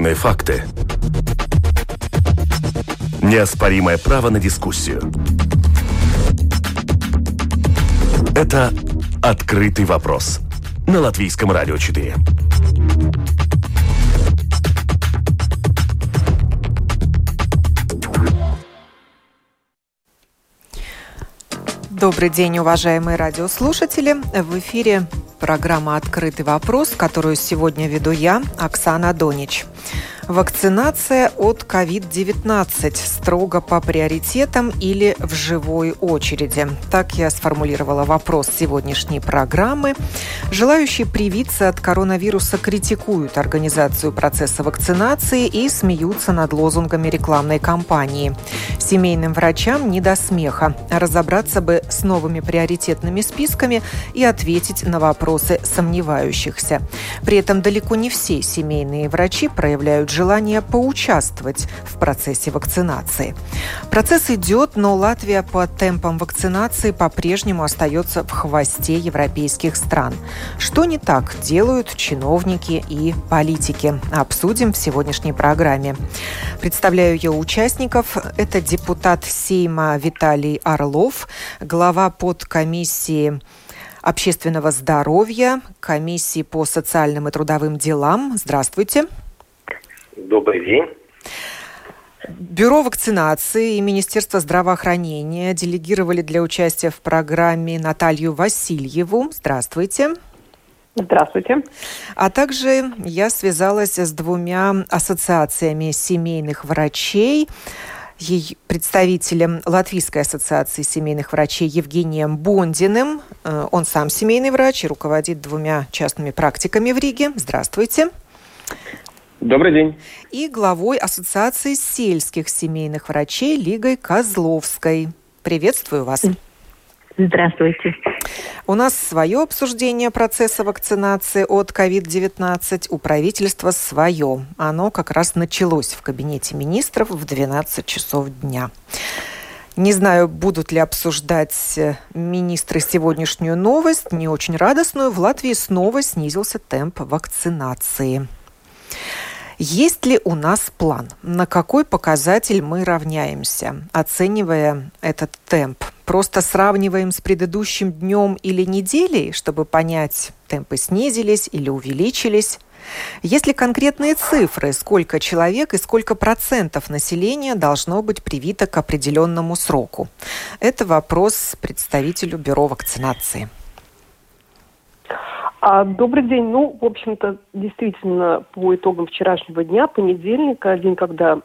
Объективные факты. Неоспоримое право на дискуссию. Это «Открытый вопрос» на Латвийском радио 4. Добрый день, уважаемые радиослушатели. В эфире программа «Открытый вопрос», которую сегодня веду я, Оксана Донич. Вакцинация от COVID-19 строго по приоритетам или в живой очереди? Так я сформулировала вопрос сегодняшней программы. Желающие привиться от коронавируса критикуют организацию процесса вакцинации и смеются над лозунгами рекламной кампании. Семейным врачам не до смеха. Разобраться бы с новыми приоритетными списками и ответить на вопросы сомневающихся. При этом далеко не все семейные врачи проявляют желание поучаствовать в процессе вакцинации. Процесс идет, но Латвия по темпам вакцинации по-прежнему остается в хвосте европейских стран. Что не так делают чиновники и политики? Обсудим в сегодняшней программе. Представляю ее участников. Это депутат Сейма Виталий Орлов, глава подкомиссии общественного здоровья, комиссии по социальным и трудовым делам. Здравствуйте. Добрый день. Бюро вакцинации и Министерство здравоохранения делегировали для участия в программе Наталью Васильеву. Здравствуйте. Здравствуйте. А также я связалась с двумя ассоциациями семейных врачей. Представителем Латвийской ассоциации семейных врачей Евгением Бондиным. Он сам семейный врач и руководит двумя частными практиками в Риге. Здравствуйте. Добрый день. И главой Ассоциации сельских семейных врачей Лигой Козловской. Приветствую вас. Здравствуйте. У нас свое обсуждение процесса вакцинации от COVID-19, у правительства свое. Оно как раз началось в кабинете министров в 12 часов дня. Не знаю, будут ли обсуждать министры сегодняшнюю новость, не очень радостную. В Латвии снова снизился темп вакцинации. Есть ли у нас план? На какой показатель мы равняемся, оценивая этот темп? Просто сравниваем с предыдущим днем или неделей, чтобы понять, темпы снизились или увеличились? Есть ли конкретные цифры, сколько человек и сколько процентов населения должно быть привито к определенному сроку? Это вопрос представителю бюро вакцинации. Добрый день. В общем-то, действительно, по итогам вчерашнего дня, понедельника, день, когда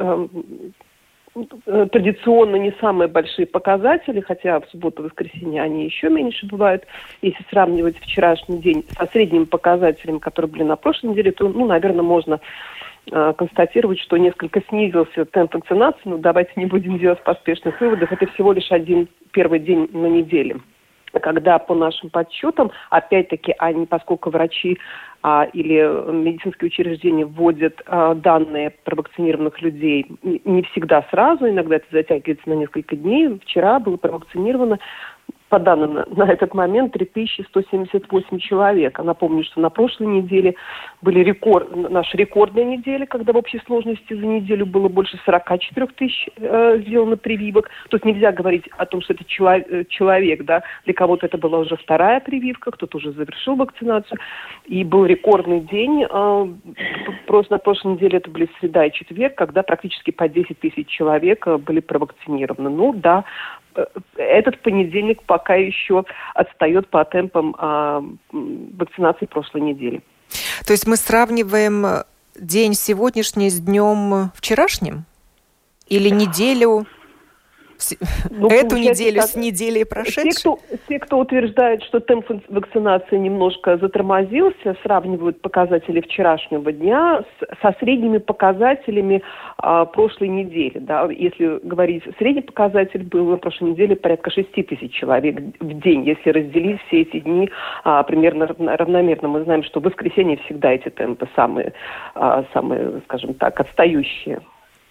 традиционно не самые большие показатели, хотя в субботу и воскресенье они еще меньше бывают. Если сравнивать вчерашний день со средними показателями, которые были на прошлой неделе, то, наверное, можно констатировать, что несколько снизился темп вакцинации. Но давайте не будем делать поспешных выводов. Это всего лишь первый день на неделе. Когда по нашим подсчетам, опять-таки, поскольку врачи или медицинские учреждения вводят данные про вакцинированных людей не всегда сразу, иногда это затягивается на несколько дней. Вчера было провакцинировано, по данным на этот момент, 3178 человек. Напомню, что на прошлой неделе были наша рекордная неделя, когда в общей сложности за неделю было больше 44 тысяч сделано прививок. Тут нельзя говорить о том, что это человек, да, для кого-то это была уже вторая прививка, кто-то уже завершил вакцинацию. И был рекордный день, просто на прошлой неделе это были среда и четверг, когда практически по 10 тысяч человек были провакцинированы. Да, этот понедельник пока еще отстает по темпам вакцинации прошлой недели. То есть мы сравниваем день сегодняшний с днем вчерашним? Или неделю, эту неделю с неделей прошедшей? Те, кто утверждает, что темп вакцинации немножко затормозился, сравнивают показатели вчерашнего дня со средними показателями прошлой недели. Да? Если говорить, средний показатель был на прошлой неделе порядка 6 тысяч человек в день. Если разделить все эти дни примерно равномерно, мы знаем, что в воскресенье всегда эти темпы самые, скажем так, отстающие.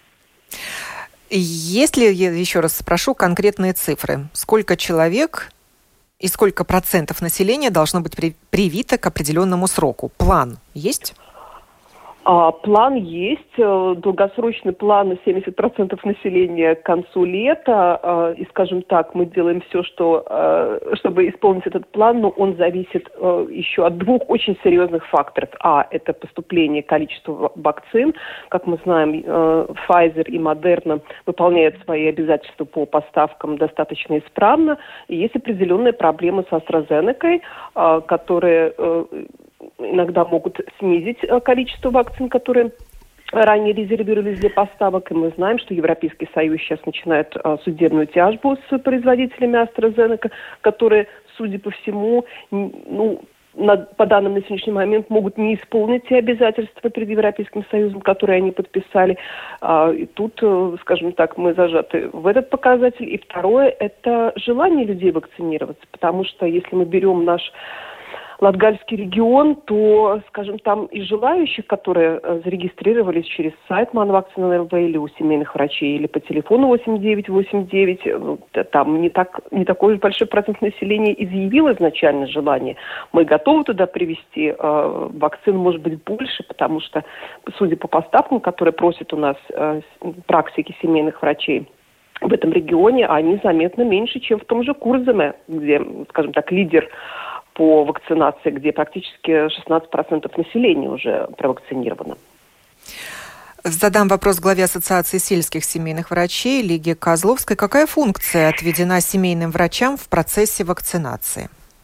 Есть ли, я еще раз спрошу, конкретные цифры? Сколько человек и сколько процентов населения должно быть привито к определенному сроку? План есть? План есть, долгосрочный план на 70% населения к концу лета. И, скажем так, мы делаем все, чтобы исполнить этот план, но он зависит еще от двух очень серьезных факторов. Это поступление количества вакцин. Как мы знаем, Pfizer и Moderna выполняют свои обязательства по поставкам достаточно исправно. И есть определенные проблемы с AstraZeneca, которые иногда могут снизить количество вакцин, которые ранее резервировались для поставок. И мы знаем, что Европейский Союз сейчас начинает судебную тяжбу с производителями AstraZeneca, которые, судя по всему, по данным на сегодняшний момент, могут не исполнить те обязательства перед Европейским Союзом, которые они подписали. И тут, скажем так, мы зажаты в этот показатель. И второе – это желание людей вакцинироваться. Потому что если мы берем наш Латгальский регион, то, скажем, там и желающих, которые зарегистрировались через сайт Манвакцина ЛВ или у семейных врачей, или по телефону 8989, там не такой большой процент населения изъявил изначально желание. Мы готовы туда привезти вакцин, может быть, больше, потому что, судя по поставкам, которые просят у нас практики семейных врачей, в этом регионе они заметно меньше, чем в том же Курземе, где, скажем так, лидер по вакцинации, где практически 16% населения уже провакцинировано. Задам вопрос главе Ассоциации сельских семейных врачей Лиге Козловской. Какая функция отведена семейным врачам в процессе вакцинации?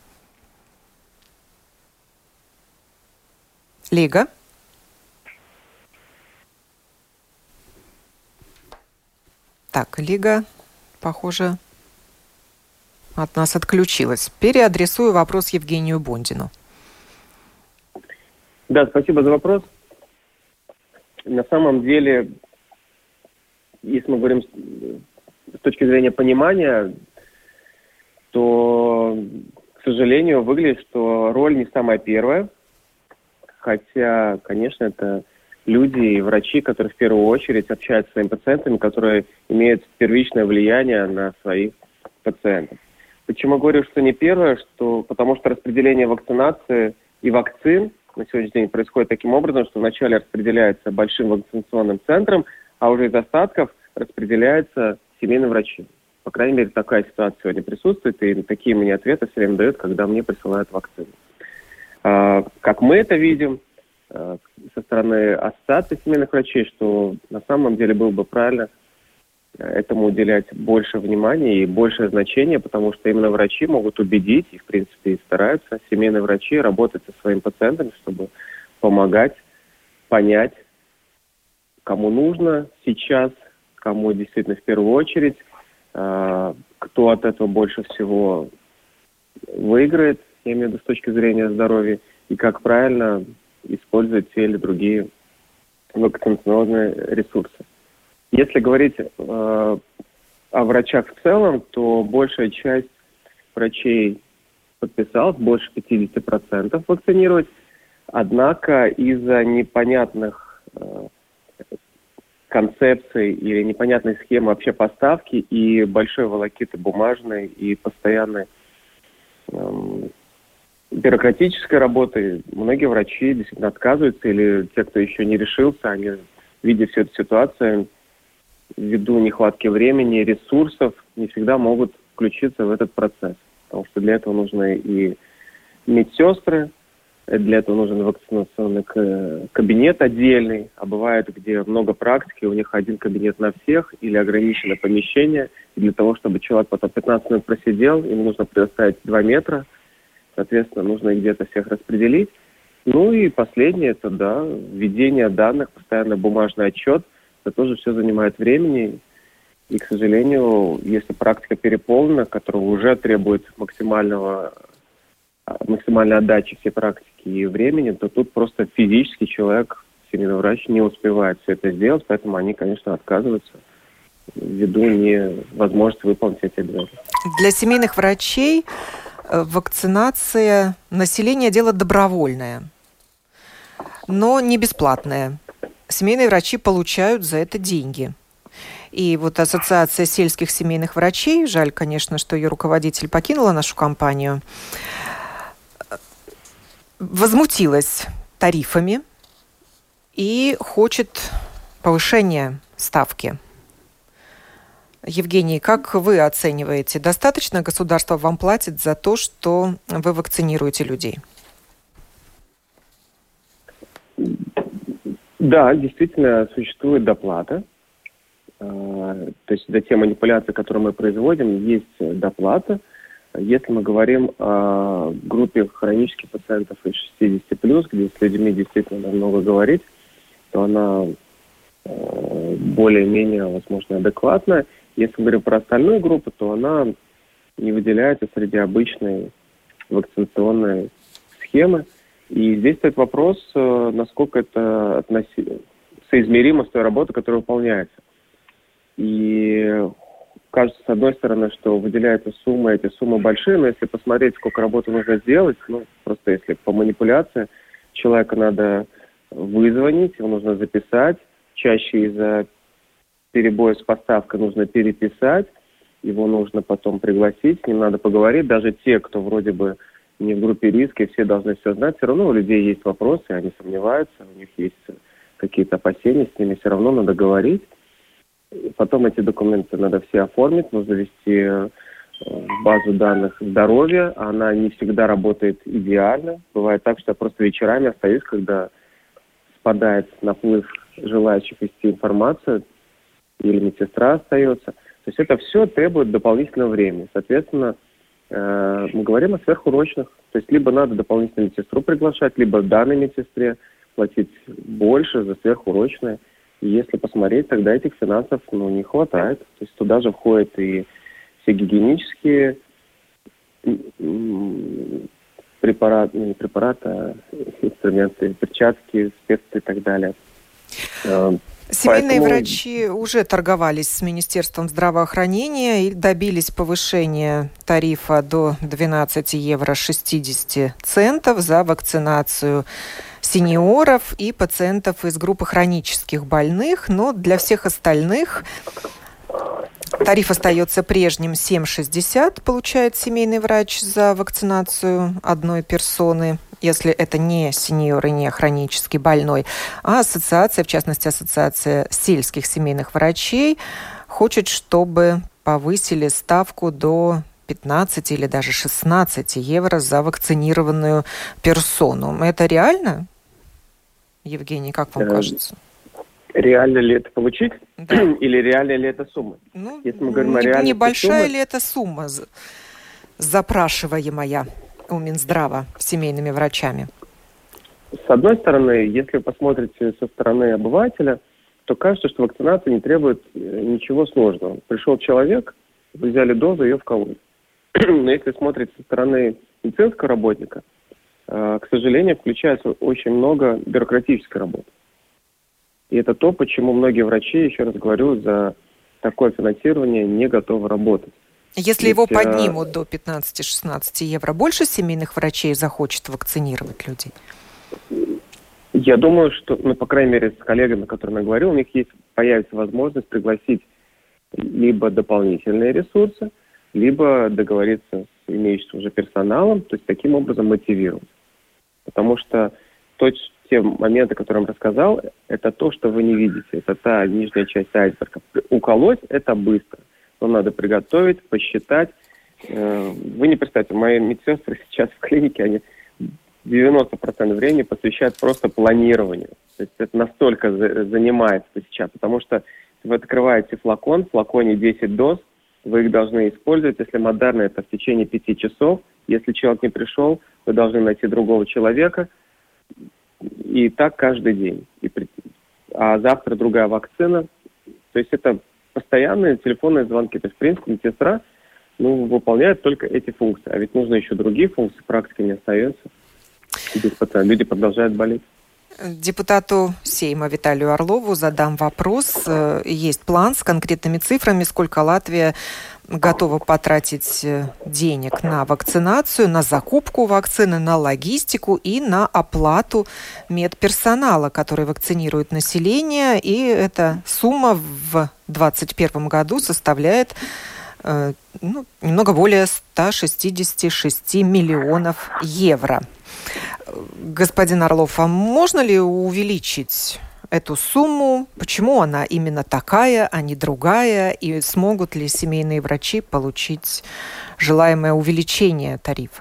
Лига? Так, Лига, похоже, от нас отключилась. Переадресую вопрос Евгению Бондину. Да, спасибо за вопрос. На самом деле, если мы говорим с точки зрения понимания, то, к сожалению, выглядит, что роль не самая первая. Хотя, конечно, это люди и врачи, которые в первую очередь общаются с своими пациентами, которые имеют первичное влияние на своих пациентов. Почему говорю, что не первое? Потому что распределение вакцинации и вакцин на сегодняшний день происходит таким образом, что вначале распределяется большим вакцинационным центром, а уже из остатков распределяется семейным врачам. По крайней мере, такая ситуация сегодня присутствует, и такие мне ответы все время дают, когда мне присылают вакцины. Как мы это видим со стороны Ассоциации семейных врачей, что на самом деле было бы правильно этому уделять больше внимания и большее значение, потому что именно врачи могут убедить, и в принципе и стараются, семейные врачи работать со своими пациентами, чтобы помогать, понять, кому нужно сейчас, кому действительно в первую очередь, кто от этого больше всего выиграет, я имею в виду с точки зрения здоровья, и как правильно использовать те или другие вакцинационные ресурсы. Если говорить о врачах в целом, то большая часть врачей подписалась, больше 50% вакцинировать. Однако из-за непонятных концепций или непонятной схемы вообще поставки и большой волокиты бумажной и постоянной бюрократической работы, многие врачи действительно отказываются, или те, кто еще не решился, они, видя всю эту ситуацию, ввиду нехватки времени, ресурсов, не всегда могут включиться в этот процесс. Потому что для этого нужны и медсестры, для этого нужен вакцинационный кабинет отдельный, а бывает, где много практики, у них один кабинет на всех или ограниченное помещение. И для того, чтобы человек потом 15 минут просидел, им нужно предоставить 2 метра, соответственно, нужно их где-то всех распределить. Ну и последнее, это, введение данных, постоянно бумажный отчет. Это тоже все занимает времени. И, к сожалению, если практика переполнена, которая уже требует максимальной отдачи всей практики и времени, то тут просто физически человек, семейный врач, не успевает все это сделать, поэтому они, конечно, отказываются ввиду невозможности выполнить эти обязательства. Для семейных врачей вакцинация населения – дело добровольное, но не бесплатное. Семейные врачи получают за это деньги. И вот Ассоциация сельских семейных врачей, жаль, конечно, что ее руководитель покинула нашу компанию, возмутилась тарифами и хочет повышения ставки. Евгений, как вы оцениваете, достаточно государство вам платит за то, что вы вакцинируете людей? Да, действительно, существует доплата. То есть за те манипуляции, которые мы производим, есть доплата. Если мы говорим о группе хронических пациентов из 60+, где с людьми действительно надо много говорить, то она более-менее, возможно, адекватна. Если мы говорим про остальную группу, то она не выделяется среди обычной вакцинационной схемы. И здесь стоит вопрос, насколько это соизмеримо с той работой, которая выполняется. И кажется, с одной стороны, что выделяются суммы, эти суммы большие, но если посмотреть, сколько работы нужно сделать, просто если по манипуляции, человека надо вызвонить, его нужно записать, чаще из-за перебоя с поставкой нужно переписать, его нужно потом пригласить, с ним надо поговорить. Даже те, кто вроде бы не в группе риска, все должны все знать, все равно у людей есть вопросы, они сомневаются, у них есть какие-то опасения, с ними все равно надо говорить. И потом эти документы надо все оформить, нужно ввести в базу данных здоровья, она не всегда работает идеально. Бывает так, что я просто вечерами остаюсь, когда спадает наплыв желающих ввести информацию, или медсестра остается. То есть это все требует дополнительного времени. Соответственно, мы говорим о сверхурочных. То есть либо надо дополнительную медсестру приглашать, либо данной медсестре платить больше за сверхурочные. И если посмотреть, тогда этих финансов не хватает. То есть туда же входят и все гигиенические препараты, не препараты, а инструменты, перчатки, специи и так далее. Семейные врачи уже торговались с Министерством здравоохранения и добились повышения тарифа до 12 евро 60 центов за вакцинацию сеньоров и пациентов из группы хронических больных. Но для всех остальных тариф остается прежним. 7,60 получает семейный врач за вакцинацию одной персоны, если это не сеньор и не хронически больной. А ассоциация, в частности, ассоциация сельских семейных врачей, хочет, чтобы повысили ставку до 15 или даже 16 евро за вакцинированную персону. Это реально, Евгений, как вам кажется? Реально ли это получить? Да. Или реально ли это сумма? Если мы говорим о реальности небольшая суммы, ли это сумма, запрашиваемая у Минздрава семейными врачами? С одной стороны, если вы посмотрите со стороны обывателя, то кажется, что вакцинация не требует ничего сложного. Пришел человек, вы взяли дозу, ее вкололи. Но если смотреть со стороны медицинского работника, к сожалению, включается очень много бюрократической работы. И это то, почему многие врачи, еще раз говорю, за такое финансирование не готовы работать. Если его поднимут до 15-16 евро, больше семейных врачей захочет вакцинировать людей? Я думаю, что, по крайней мере, с коллегами, с которыми я говорил, у них появится возможность пригласить либо дополнительные ресурсы, либо договориться с имеющимся уже персоналом, то есть таким образом мотивировать. Потому что те моменты, которые я вам рассказал, это то, что вы не видите. Это та нижняя часть айсберга. Уколоть – это быстро. Но надо приготовить, посчитать. Вы не представьте, мои медсестры сейчас в клинике, они 90% времени посвящают просто планированию. То есть это настолько занимает сейчас, потому что вы открываете флакон, в флаконе 10 доз, вы их должны использовать. Если Модерна, это в течение 5 часов. Если человек не пришел, вы должны найти другого человека. И так каждый день. А завтра другая вакцина. То есть это постоянные телефонные звонки. То есть, в принципе, медсестра выполняет только эти функции. А ведь нужно еще другие функции, практики не остается. Люди продолжают болеть. Депутату Сейма Виталию Орлову задам вопрос. Есть план с конкретными цифрами, сколько Латвия готова потратить денег на вакцинацию, на закупку вакцины, на логистику и на оплату медперсонала, который вакцинирует население. И эта сумма в 2021 году составляет немного более 166 миллионов евро. Господин Орлов, а можно ли увеличить эту сумму, почему она именно такая, а не другая, и смогут ли семейные врачи получить желаемое увеличение тарифа?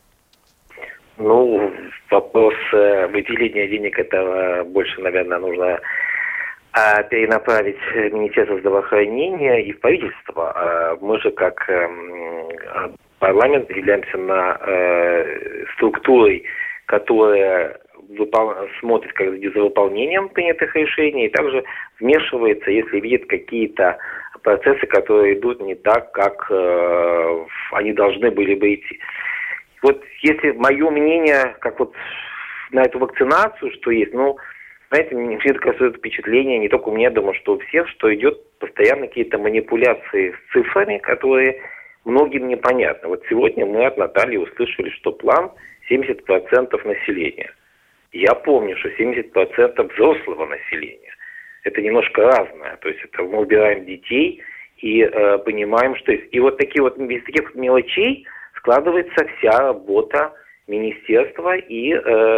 Ну, вопрос выделения денег, это больше, наверное, нужно перенаправить в Министерство здравоохранения и в правительство. Мы же как парламент являемся структурой, которая смотрит как за выполнением принятых решений и также вмешивается, если видит какие-то процессы, которые идут не так, как они должны были бы идти. Вот если мое мнение, как вот на эту вакцинацию, что есть, знаете, мне все это создает впечатление, не только у меня, думаю, что у всех, что идет постоянно какие-то манипуляции с цифрами, которые многим непонятны. Вот сегодня мы от Натальи услышали, что план 70% населения. Я помню, что 70% взрослого населения. Это немножко разное. То есть это мы убираем детей и понимаем, что есть. И вот такие вот без таких мелочей складывается вся работа министерства и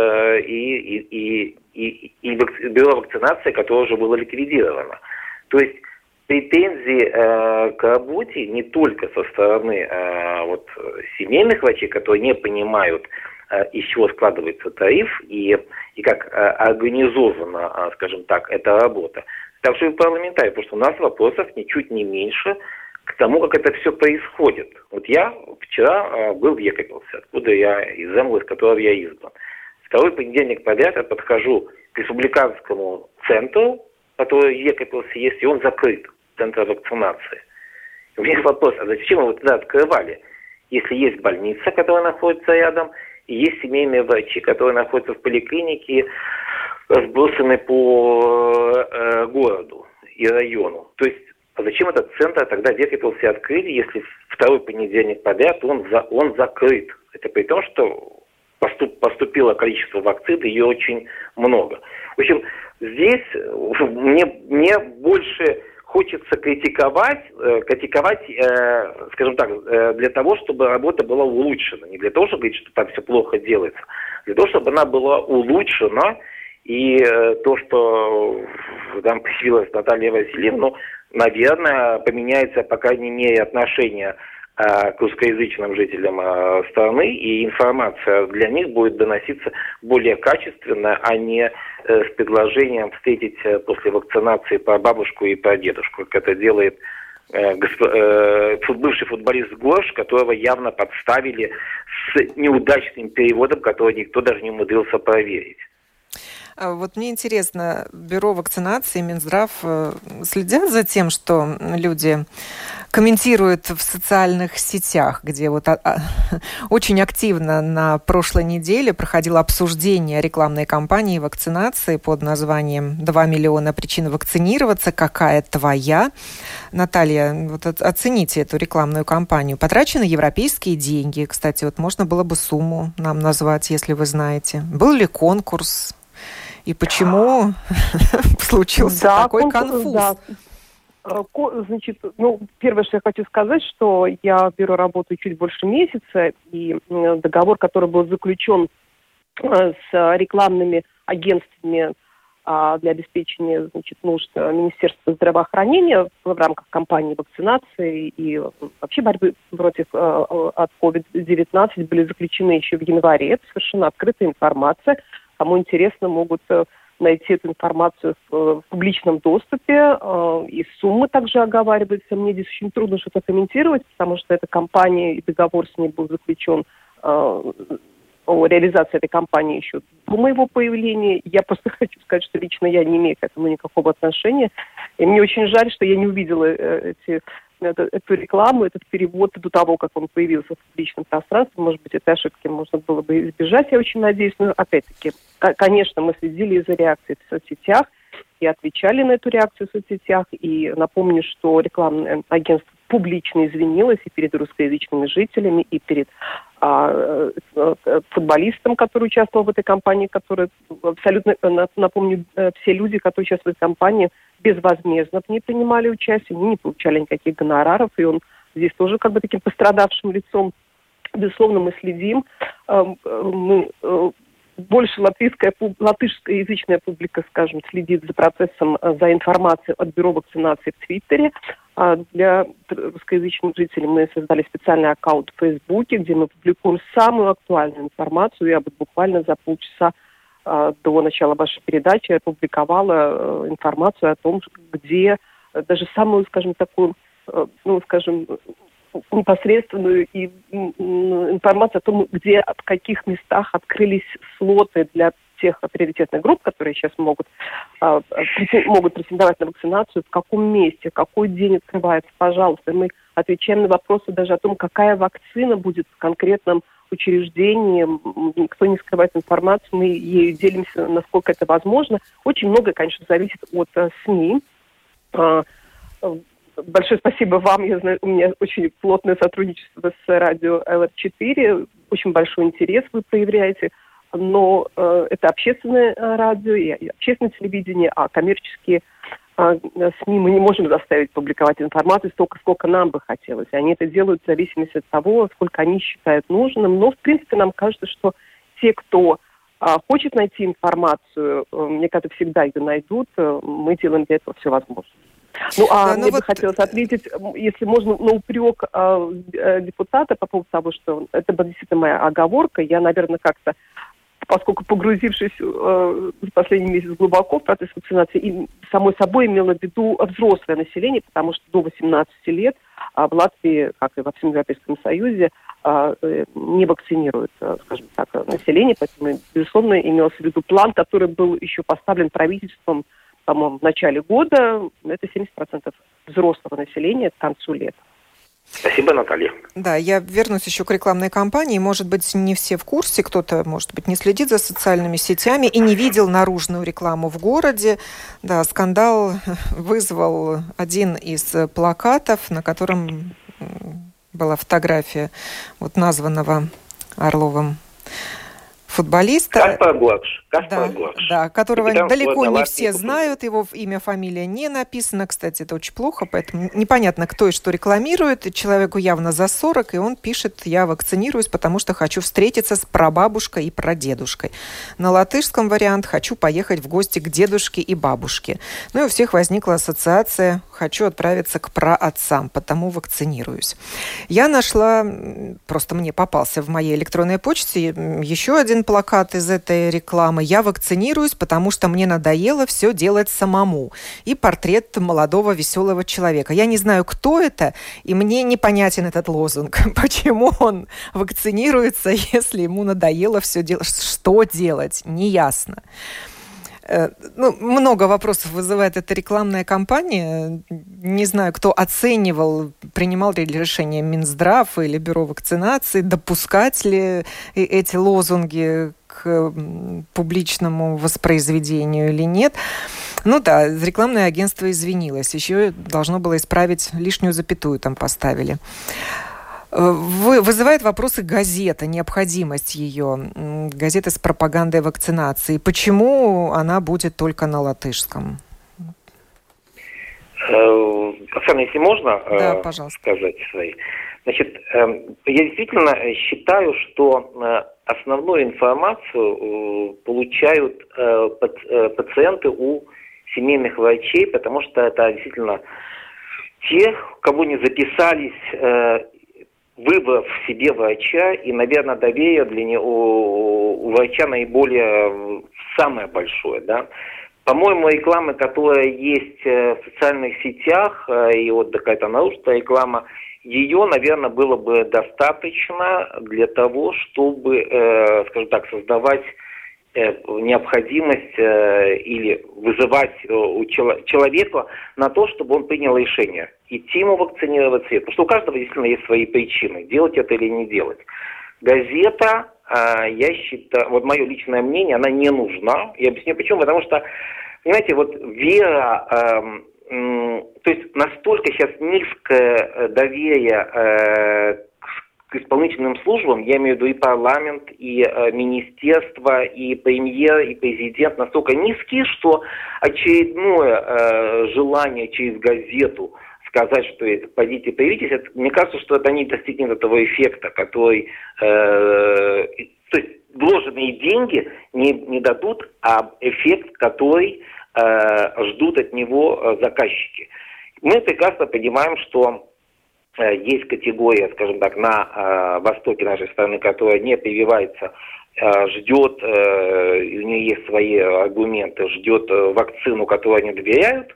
бюро вакцинации, которое уже было ликвидировано. То есть претензии к работе не только со стороны семейных врачей, которые не понимают, из чего складывается тариф и как организована, скажем так, эта работа. Также и парламентарии, потому что у нас вопросов ничуть не меньше к тому, как это все происходит. Вот я вчера был в Екатеринбурге, откуда я из Эмлы, из которого я избран. Второй понедельник подряд я подхожу к республиканскому центру, который в Екатеринбурге есть, и он закрыт, центр вакцинации. И у меня вопрос, а зачем его тогда открывали, если есть больница, которая находится рядом, и есть семейные врачи, которые находятся в поликлинике, разбросаны по городу и району. То есть, а зачем этот центр тогда в Екатеринбурге открыли, если второй понедельник подряд он закрыт? Это при том, что поступило количество вакцин, ее очень много. В общем, здесь мне больше хочется критиковать, скажем так, для того, чтобы работа была улучшена. Не для того, чтобы говорить, что там все плохо делается, для того, чтобы она была улучшена. И то, что там появилась Наталья Васильевна, наверное, поменяется, по крайней мере, отношение к русскоязычным жителям страны, и информация для них будет доноситься более качественно, а не с предложением встретить после вакцинации прабабушку и прадедушку, как это делает бывший футболист Горш, которого явно подставили с неудачным переводом, который никто даже не умудрился проверить. Вот мне интересно, бюро вакцинации, Минздрав следят за тем, что люди комментируют в социальных сетях, где вот очень активно на прошлой неделе проходило обсуждение рекламной кампании вакцинации под названием «2 миллиона причин вакцинироваться. Какая твоя?». Наталья, вот оцените эту рекламную кампанию. Потрачены европейские деньги. Кстати, вот можно было бы сумму нам назвать, если вы знаете. Был ли конкурс? И почему случился такой конфуз? Да. Значит, первое, что я хочу сказать, что я в бюро работаю чуть больше месяца, и договор, который был заключен с рекламными агентствами для обеспечения, нужд Министерства здравоохранения в рамках кампании вакцинации и вообще борьбы против от COVID-19 были заключены еще в январе. Это совершенно открытая информация. Кому интересно, могут найти эту информацию в публичном доступе. И суммы также оговариваются. Мне здесь очень трудно что-то комментировать, потому что эта компания и договор с ней был заключен о реализации этой кампании еще до моего появления. Я просто хочу сказать, что лично я не имею к этому никакого отношения. И мне очень жаль, что я не увидела эту рекламу, этот перевод до того, как он появился в публичном пространстве. Может быть, этой ошибки можно было бы избежать, я очень надеюсь. Но, опять-таки, конечно, мы следили за реакцией в соцсетях и отвечали на эту реакцию в соцсетях. И напомню, что рекламное агентство публично извинилось и перед русскоязычными жителями, и перед футболистом, который участвовал в этой кампании, который абсолютно, напомню, все люди, которые участвовали в кампании, безвозмездно в ней принимали участие, они не получали никаких гонораров, и он здесь тоже как бы таким пострадавшим лицом. Безусловно, мы следим. Мы больше латышскоязычная публика, скажем, следит за процессом, за информацией от бюро вакцинации в Твиттере. Для русскоязычных жителей мы создали специальный аккаунт в Фейсбуке, где мы публикуем самую актуальную информацию. Я вот буквально за полчаса до начала вашей передачи опубликовала информацию о том, где даже самую, скажем, такую, непосредственную информацию о том, где, в каких местах открылись слоты для тех приоритетных групп, которые сейчас могут претендовать на вакцинацию, в каком месте, какой день открывается, пожалуйста. Мы отвечаем на вопросы даже о том, какая вакцина будет в конкретном учреждении. Никто не скрывает информацию, мы ею делимся, насколько это возможно. Очень многое, конечно, зависит от СМИ. Большое спасибо вам. Я знаю, у меня очень плотное сотрудничество с радио ЛР4. Очень большой интерес вы проявляете. Но это общественное радио и общественное телевидение, а коммерческие СМИ мы не можем заставить публиковать информацию столько, сколько нам бы хотелось. Они это делают в зависимости от того, сколько они считают нужным. Но, в принципе, нам кажется, что те, кто хочет найти информацию, мне кажется, всегда ее найдут. Мы делаем для этого все возможное. Мне бы хотелось ответить, если можно, на упрек депутата по поводу того, что это была действительно моя оговорка. Я, наверное, как-то, поскольку погрузившись в последний месяц глубоко в процесс вакцинации, и самой собой имела в виду взрослое население, потому что до 18 лет в Латвии, как и во всем Европейском Союзе, не вакцинируют, скажем так, население. Поэтому, безусловно, имелся в виду план, который был еще поставлен правительством, по-моему, в начале года. Это 70% взрослого населения к концу лета. Спасибо, Наталья. Да, я вернусь еще к рекламной кампании. Может быть, не все в курсе, кто-то, может быть, не следит за социальными сетями и не видел наружную рекламу в городе. Да, скандал вызвал один из плакатов, на котором была фотография вот названного Орловым футболиста, да, которого далеко не все знают, его имя, фамилия не написано, кстати, это очень плохо, поэтому непонятно, кто и что рекламирует, человеку явно за 40, и он пишет: я вакцинируюсь, потому что хочу встретиться с прабабушкой и прадедушкой. На латышском вариант: хочу поехать в гости к дедушке и бабушке. Ну и у всех возникла ассоциация: хочу отправиться к праотцам, потому вакцинируюсь. Я нашла, просто мне попался в моей электронной почте еще один плакат из этой рекламы: я вакцинируюсь, потому что мне надоело все делать самому. И портрет молодого веселого человека. Я не знаю, кто это, и мне непонятен этот лозунг. Почему он вакцинируется, если ему надоело все делать? Что делать? Неясно. Много вопросов вызывает эта рекламная кампания. Не знаю, кто оценивал, принимал ли решение Минздрав или Бюро вакцинации, допускать ли эти лозунги к публичному воспроизведению или нет. Рекламное агентство извинилось. Еще должно было исправить, лишнюю запятую там поставили. Вызывает вопросы газета, необходимость ее, газеты с пропагандой вакцинации. Почему она будет только на латышском? Оксана, если можно, да, пожалуйста, сказать свои. Значит, я действительно считаю, что основную информацию получают пациенты у семейных врачей, потому что это действительно те, кому не записались, выбрав себе врача, и, наверное, доверие для него у врача наиболее самое большое, да. По-моему, рекламы, которая есть в социальных сетях, и вот какая-то наружная реклама, ее, наверное, было бы достаточно для того, чтобы, скажем так, создавать необходимость или вызывать у человека на то, чтобы он принял решение, идти ему вакцинироваться. Потому что у каждого действительно есть свои причины, делать это или не делать. Газета, я считаю, вот мое личное мнение, она не нужна. Я объясню почему. Потому что, понимаете, вот вера, то есть настолько сейчас низкое доверие к исполнительным службам, я имею в виду и парламент, и министерство, и премьер, и президент, настолько низкие, что очередное желание через газету сказать, что пойдите, появитесь, мне кажется, что это не достигнет этого эффекта, который... то есть вложенные деньги не дадут эффект, который ждут от него заказчики. Мы прекрасно понимаем, что есть категория, скажем так, на востоке нашей страны, которая не прививается, ждет, у нее есть свои аргументы, ждет вакцину, которой они доверяют,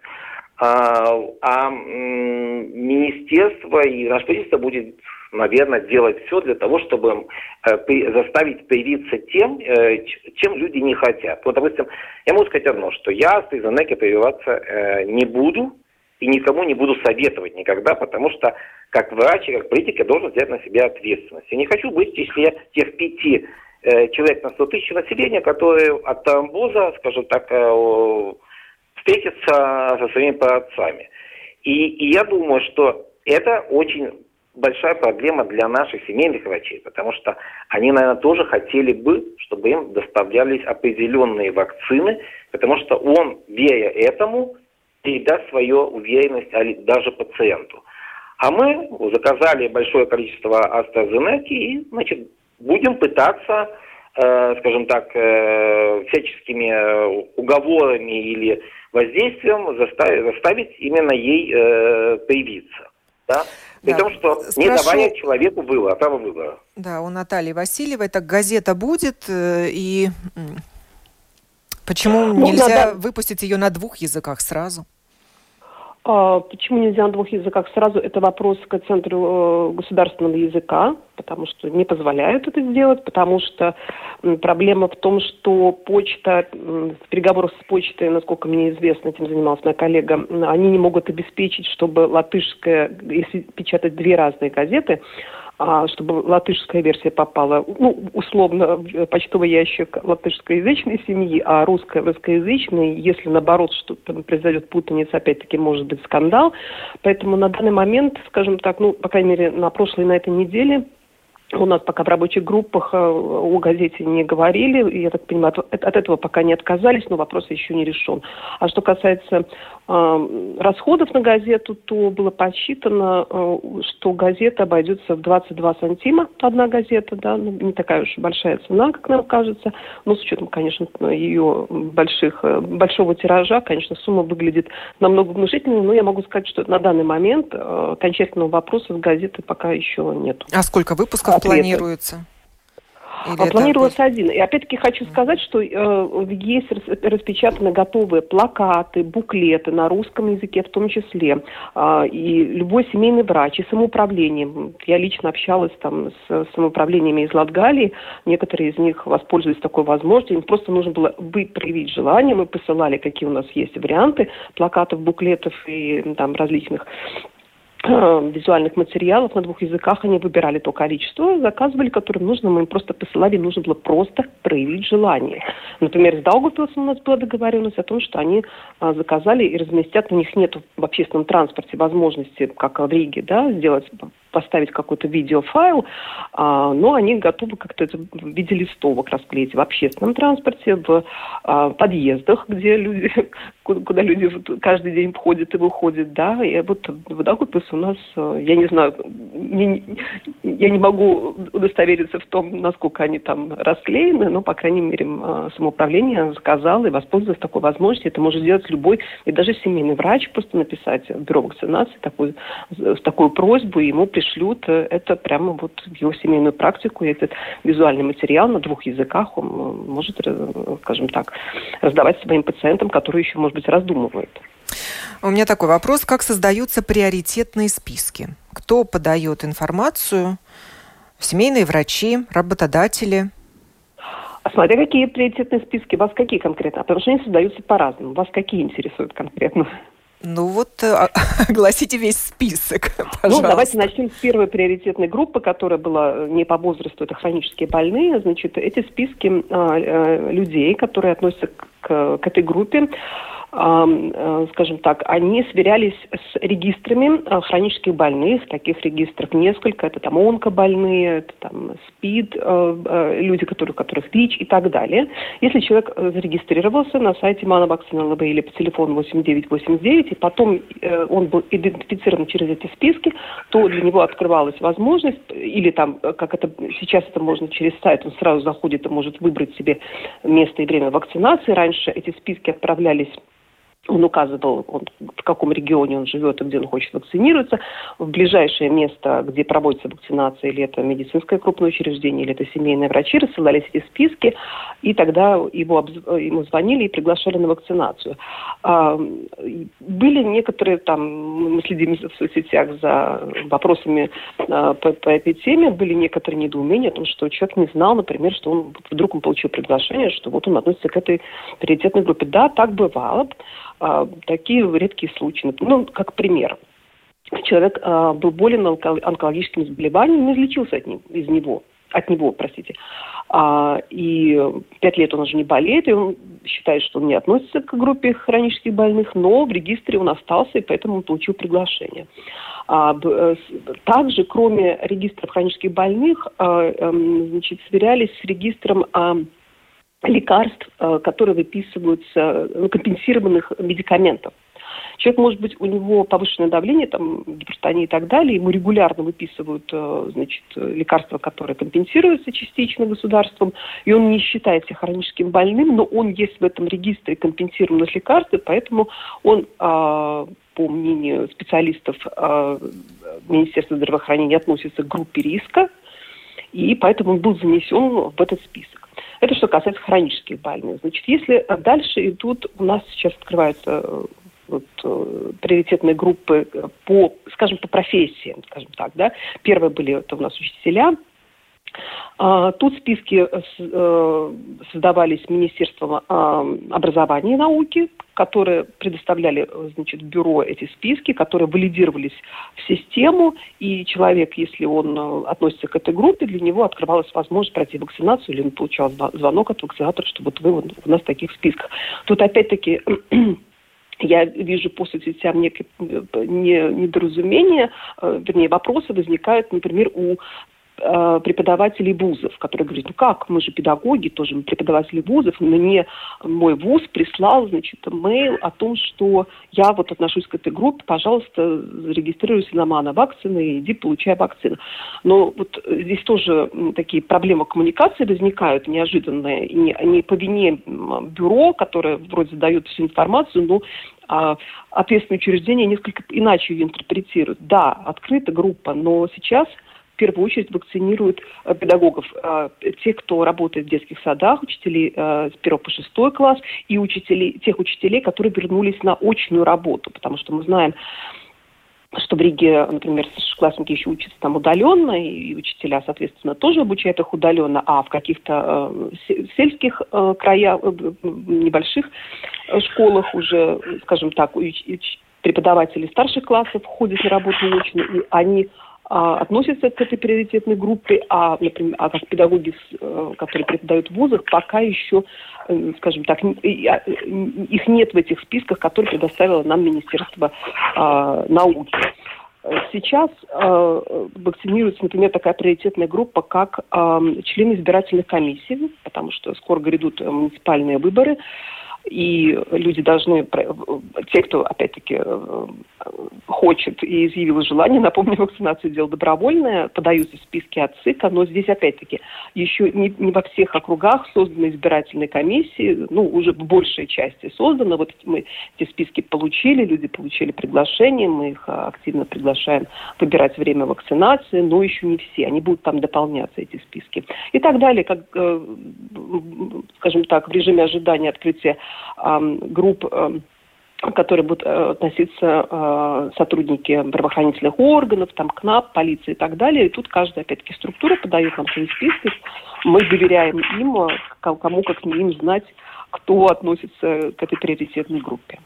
министерство и наше правительство будет, наверное, делать все для того, чтобы заставить привиться тем, чем люди не хотят. Вот, допустим, я могу сказать одно, что я с AstraZeneca прививаться не буду и никому не буду советовать никогда, потому что как врач и как политик я должен взять на себя ответственность. Я не хочу быть в числе тех 5 человек на 100 тысяч населения, которые от тромбоза, скажем так, встретятся со своими праотцами. И я думаю, что это очень большая проблема для наших семейных врачей, потому что они, наверное, тоже хотели бы, чтобы им доставлялись определенные вакцины, потому что он, веря этому, передаст свою уверенность даже пациенту. А мы заказали большое количество AstraZeneca и, значит, будем пытаться, скажем так, всяческими уговорами или воздействием заставить именно ей привиться. Да? При том, что не давая человеку выбора, право выбора. Да, у Натальи Васильевой так газета будет, и почему нельзя выпустить ее на 2 языках сразу? Почему нельзя на 2 языках сразу? Это вопрос к Центру государственного языка, потому что не позволяют это сделать, потому что проблема в том, что почта, в переговорах с почтой, насколько мне известно, этим занималась моя коллега, они не могут обеспечить, чтобы латышская, если печатать 2 разные газеты, чтобы латышская версия попала, условно, в почтовый ящик латышскоязычной семьи, а русскоязычной, если наоборот что-то произойдет путаница, опять-таки может быть скандал. Поэтому на данный момент, скажем так, по крайней мере, на этой неделе, у нас пока в рабочих группах о газете не говорили, и, я так понимаю, от этого пока не отказались, но вопрос еще не решен. А что касается расходов на газету, то было подсчитано, что газета обойдется в 22 сантима, одна газета, да, не такая уж большая цена, как нам кажется, но с учетом, конечно, ее большого тиража, конечно, сумма выглядит намного внушительнее, но я могу сказать, что на данный момент окончательного вопроса с газетой пока еще нет. А сколько выпусков планируется? Планируется 1. И опять-таки хочу сказать, что есть распечатаны готовые плакаты, буклеты на русском языке в том числе. И любой семейный врач, и самоуправление. Я лично общалась там с самоуправлениями из Латгалии. Некоторые из них воспользовались такой возможностью. Им просто нужно было проявить желание. Мы посылали, какие у нас есть варианты плакатов, буклетов и там различных визуальных материалов на 2 языках. Они выбирали то количество, заказывали, которое нужно, мы им просто посылали, им нужно было просто проявить желание. Например, с Даугавпилсом у нас была договоренность о том, что они заказали и разместят, у них нет в общественном транспорте возможности, как в Риге, да, поставить какой-то видеофайл, но они готовы как-то это в виде листовок расклеить в общественном транспорте, в подъездах, где люди, куда люди каждый день входят и выходят, да, и вот в Даугавпилсе у нас, я не знаю, я не могу удостовериться в том, насколько они там расклеены, но, по крайней мере, самоуправление заказало и воспользовалось такой возможностью. Это может сделать любой, и даже семейный врач, просто написать в бюро вакцинации такую просьбу, и ему пришлют это прямо вот в его семейную практику. И этот визуальный материал на 2 языках он может, скажем так, раздавать своим пациентам, которые еще, может быть, раздумывают. У меня такой вопрос. Как создаются приоритетные списки? Кто подает информацию? Семейные врачи, работодатели? Смотря какие приоритетные списки, вас какие конкретно? Потому что они создаются по-разному. Вас какие интересуют конкретно? Огласите весь список, пожалуйста. Давайте начнем с первой приоритетной группы, которая была не по возрасту, это хронические больные. Значит, эти списки людей, которые относятся к этой группе, скажем так, они сверялись с регистрами хронических больных. Таких регистров несколько. Это там онкобольные, это там СПИД, люди, у которых ВИЧ и так далее. Если человек зарегистрировался на сайте Манавакцина ЛБ или по телефону 8989, и потом он был идентифицирован через эти списки, то для него открывалась возможность, или там, как это сейчас это можно через сайт, он сразу заходит и может выбрать себе место и время вакцинации. Раньше эти списки отправлялись, он указывал, в каком регионе он живет и где он хочет вакцинироваться, в ближайшее место, где проводится вакцинация, или это медицинское крупное учреждение, или это семейные врачи, рассылались эти списки, и тогда ему звонили и приглашали на вакцинацию. Были некоторые, мы следим в соцсетях за вопросами по этой теме, были некоторые недоумения о том, что человек не знал, например, что вдруг он получил приглашение, что вот он относится к этой приоритетной группе. Да, так бывало. Такие редкие случаи. Ну, как пример. Человек был болен онкологическим заболеванием, но излечился от него. И 5 лет он уже не болеет, и он считает, что он не относится к группе хронических больных, но в регистре он остался, и поэтому он получил приглашение. Также, кроме регистров хронических больных, сверялись с регистром лекарств, которые выписываются, компенсированных медикаментов. Человек, может быть, у него повышенное давление, гипертония и так далее, ему регулярно выписывают, лекарства, которые компенсируются частично государством, и он не считает себя хроническим больным, но он есть в этом регистре компенсированных лекарств, и поэтому он, по мнению специалистов Министерства здравоохранения, относится к группе риска, и поэтому он был занесен в этот список. Это что касается хронических больных. Если дальше идут, у нас сейчас открываются приоритетные группы по профессиям, скажем так, да. Первые были это у нас учителя. Тут списки создавались Министерством образования и науки, которые предоставляли, бюро эти списки, которые валидировались в систему, и человек, если он относится к этой группе, для него открывалась возможность пройти вакцинацию, или он получал звонок от вакцинатора, что вот вы у нас в таких списках. Тут опять-таки я вижу по соцсетям некие недоразумения, вопросы возникают, например, у преподавателей вузов, которые говорят, как, мы же педагоги, тоже преподаватели вузов, мне мой вуз прислал, мейл о том, что я отношусь к этой группе, пожалуйста, зарегистрируйся на Манавакцина и иди получай вакцину. Но здесь тоже такие проблемы коммуникации возникают неожиданные, и не по вине бюро, которое вроде дает всю информацию, но ответственные учреждения несколько иначе ее интерпретируют. Да, открыта группа, но сейчас в первую очередь вакцинируют педагогов, тех, кто работает в детских садах, учителей с 1 по 6 класс, и тех учителей, которые вернулись на очную работу, потому что мы знаем, что в Риге, например, старшеклассники еще учатся удаленно, и учителя, соответственно, тоже обучают их удаленно, а в каких-то сельских краях, небольших школах уже, скажем так, преподаватели старших классов ходят на работу очно, и они относятся к этой приоритетной группе, например, как педагоги, которые преподают в вузах, пока еще, скажем так, их нет в этих списках, которые предоставило нам Министерство науки. Сейчас вакцинируется, например, такая приоритетная группа, как члены избирательных комиссий, потому что скоро грядут муниципальные выборы, и люди должны, те, кто, опять-таки, хочет и изъявил желание, напомню, вакцинацию дело добровольное, подаются в списки от ЦИКа, но здесь, опять-таки, еще не во всех округах созданы избирательные комиссии, уже в большей части создано. Мы эти списки получили, люди получили приглашение, мы их активно приглашаем выбирать время вакцинации, но еще не все, они будут там дополняться, эти списки. И так далее, как, скажем так, в режиме ожидания открытия групп, которые будут относиться сотрудники правоохранительных органов, КНАП, полиции и так далее. И тут каждая, опять-таки, структура подает нам свои списки. Мы доверяем им, кому как не им знать, кто относится к этой приоритетной группе.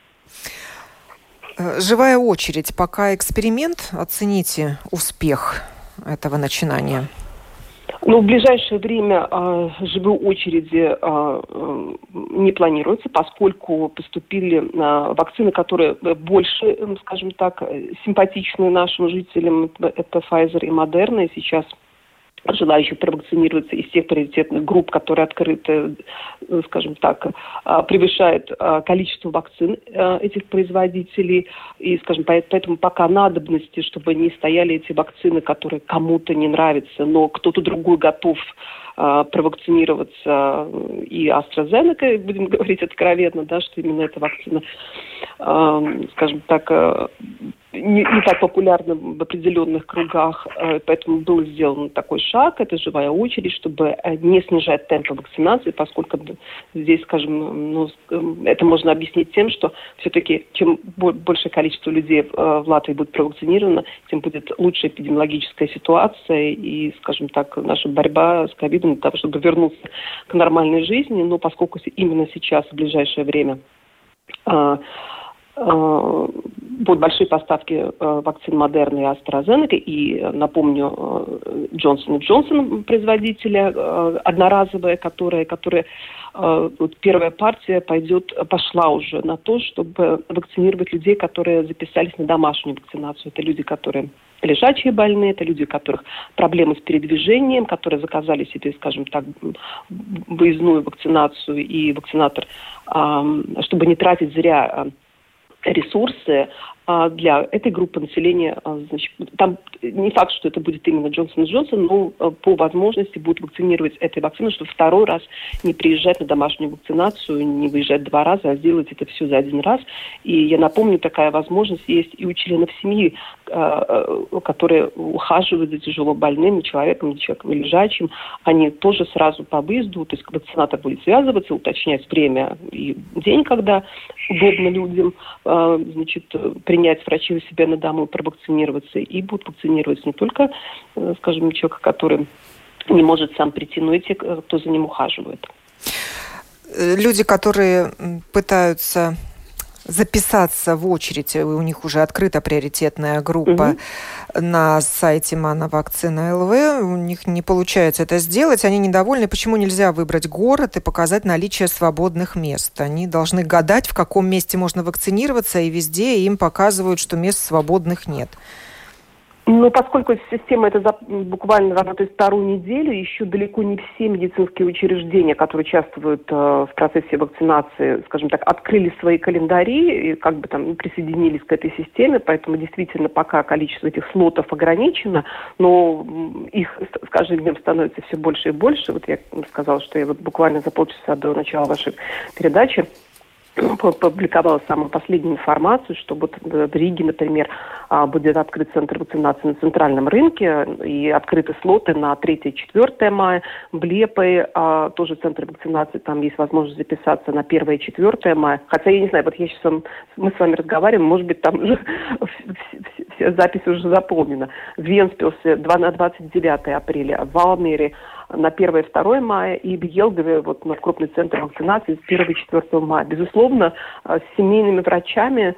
Живая очередь. Пока эксперимент. Оцените успех этого начинания. Ну, в ближайшее время живые очереди не планируются, поскольку поступили вакцины, которые больше, скажем так, симпатичны нашим жителям. Это Pfizer и Moderna. И сейчас желающих провакцинироваться из тех приоритетных групп, которые открыты, скажем так, превышает количество вакцин этих производителей. И, скажем, поэтому пока надобности, чтобы не стояли эти вакцины, которые кому-то не нравятся, но кто-то другой готов провакцинироваться, и AstraZeneca, будем говорить откровенно, да, что именно эта вакцина, скажем так, не так популярна в определенных кругах, поэтому был сделан такой шаг, это живая очередь, чтобы не снижать темпы вакцинации, поскольку здесь, скажем, это можно объяснить тем, что все-таки чем большее количество людей в Латвии будет провакцинировано, тем будет лучше эпидемиологическая ситуация и, скажем так, наша борьба с ковидом для того, чтобы вернуться к нормальной жизни, но поскольку именно сейчас, в ближайшее время, будут большие поставки вакцин Moderna и AstraZeneca, и, напомню, Johnson & Johnson производителя одноразовая, которая вот первая партия пошла уже на то, чтобы вакцинировать людей, которые записались на домашнюю вакцинацию. Это люди, которые лежачие больные, это люди, у которых проблемы с передвижением, которые заказали себе, скажем так, выездную вакцинацию, и вакцинатор, чтобы не тратить зря ресурсы для этой группы населения, значит, там не факт, что это будет именно Johnson & Johnson, но по возможности будут вакцинировать этой вакциной, чтобы второй раз не приезжать на домашнюю вакцинацию, не выезжать 2 раза, а сделать это все за 1 раз. И я напомню, такая возможность есть и у членов семьи, которые ухаживают за тяжело больным человеком лежачим. Они тоже сразу по выезду, то есть вакцинатор будет связываться, уточнять время и день, когда удобно людям, значит, принять врачи у себя на дому, провакцинироваться, и будут вакцинироваться не только, скажем, человек, который не может сам прийти, но и те, кто за ним ухаживает. Люди, которые пытаются записаться в очередь, у них уже открыта приоритетная группа на сайте Мановакцина ЛВ, у них не получается это сделать, они недовольны, почему нельзя выбрать город и показать наличие свободных мест. Они должны гадать, в каком месте можно вакцинироваться, и везде им показывают, что мест свободных нет. Ну, поскольку система эта буквально работает 2-ю неделю, еще далеко не все медицинские учреждения, которые участвуют в процессе вакцинации, скажем так, открыли свои календари и как бы там присоединились к этой системе, поэтому действительно пока количество этих слотов ограничено, но их с каждым днем становится все больше и больше. Вот я сказала, что я вот буквально за полчаса до начала вашей передачи публиковала самую последнюю информацию, что вот в Риге, например, будет открыт центр вакцинации на центральном рынке и открыты слоты на 3-4 мая. В Лепое тоже центр вакцинации, там есть возможность записаться на 1-4 мая. Хотя я не знаю, вот мы с вами разговариваем, может быть, там уже вся запись уже заполнена. В Венспилсе на 29 апреля, в Валмере на 1-2 мая и в Елгове, вот на крупный центр вакцинации с 1-4 мая. Безусловно, с семейными врачами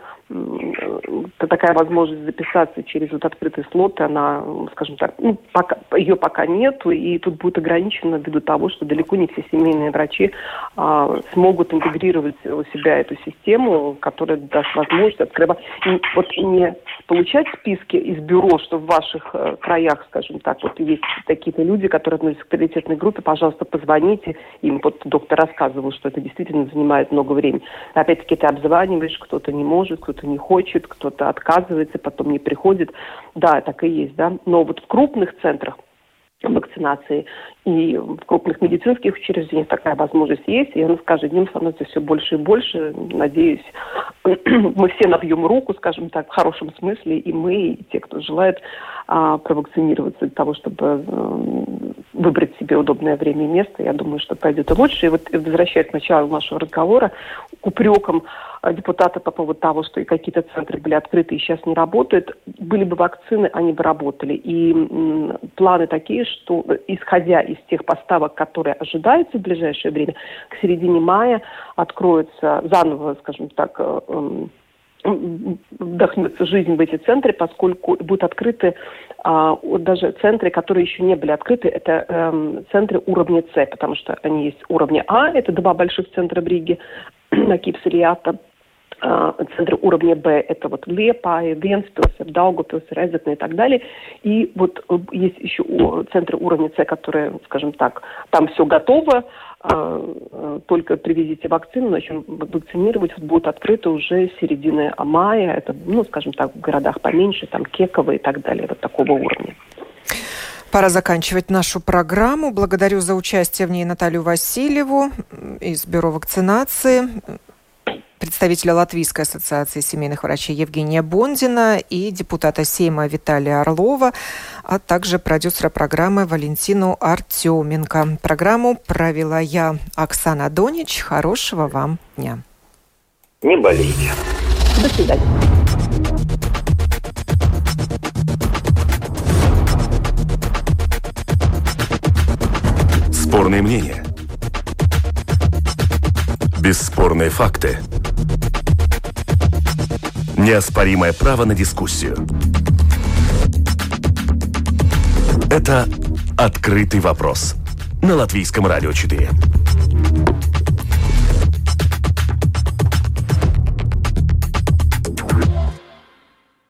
такая возможность записаться через вот открытый слот, она, скажем так, ее пока нету, и тут будет ограничено ввиду того, что далеко не все семейные врачи смогут интегрировать у себя эту систему, которая даст возможность открывать. И не получать списки из бюро, что в ваших краях, скажем так, вот есть такие-то люди, которые относятся к приоритетной группе, пожалуйста, позвоните им. Вот доктор рассказывал, что это действительно занимает много времени. Опять-таки ты обзваниваешь, кто-то не может, кто-то не хочет, кто-то отказывается, потом не приходит. Да, так и есть, да. Но вот в крупных центрах вакцинации и в крупных медицинских учреждениях такая возможность есть, и она с каждым днем становится все больше и больше. Надеюсь, мы все набьем руку, скажем так, в хорошем смысле, и мы, и те, кто желает провакцинироваться для того, чтобы выбрать себе удобное время и место. Я думаю, что пойдет и лучше. И вот, возвращаясь к началу нашего разговора, к упрекам депутата по поводу того, что и какие-то центры были открыты и сейчас не работают, были бы вакцины, они бы работали. И планы такие, что, исходя из тех поставок, которые ожидаются в ближайшее время, к середине мая откроются заново, скажем так, вдохнется жизнь в эти центры, поскольку будут открыты даже центры, которые еще не были открыты, это центры уровня С, потому что они есть уровня А, это 2 больших центра в Риге, на Кипсе-Риата. Центры уровня Б – это вот Лиепая, Венспилс, Даугавпилс, Резекне и так далее. И вот есть еще центры уровня С, которые, скажем так, там все готово, только привезите вакцину, начнем вакцинировать, будут открыты уже с середины мая. Это, скажем так, в городах поменьше, там Кеково и так далее, вот такого уровня. Пора заканчивать нашу программу. Благодарю за участие в ней Наталью Васильеву из Бюро вакцинации, представителя Латвийской ассоциации семейных врачей Евгения Бондина и депутата Сейма Виталия Орлова, а также продюсера программы Валентину Артеменко. Программу провела я, Оксана Донич. Хорошего вам дня. Не болейте. До свидания. Спорные мнения. Бесспорные факты. Неоспоримое право на дискуссию. Это «Открытый вопрос» на Латвийском радио 4.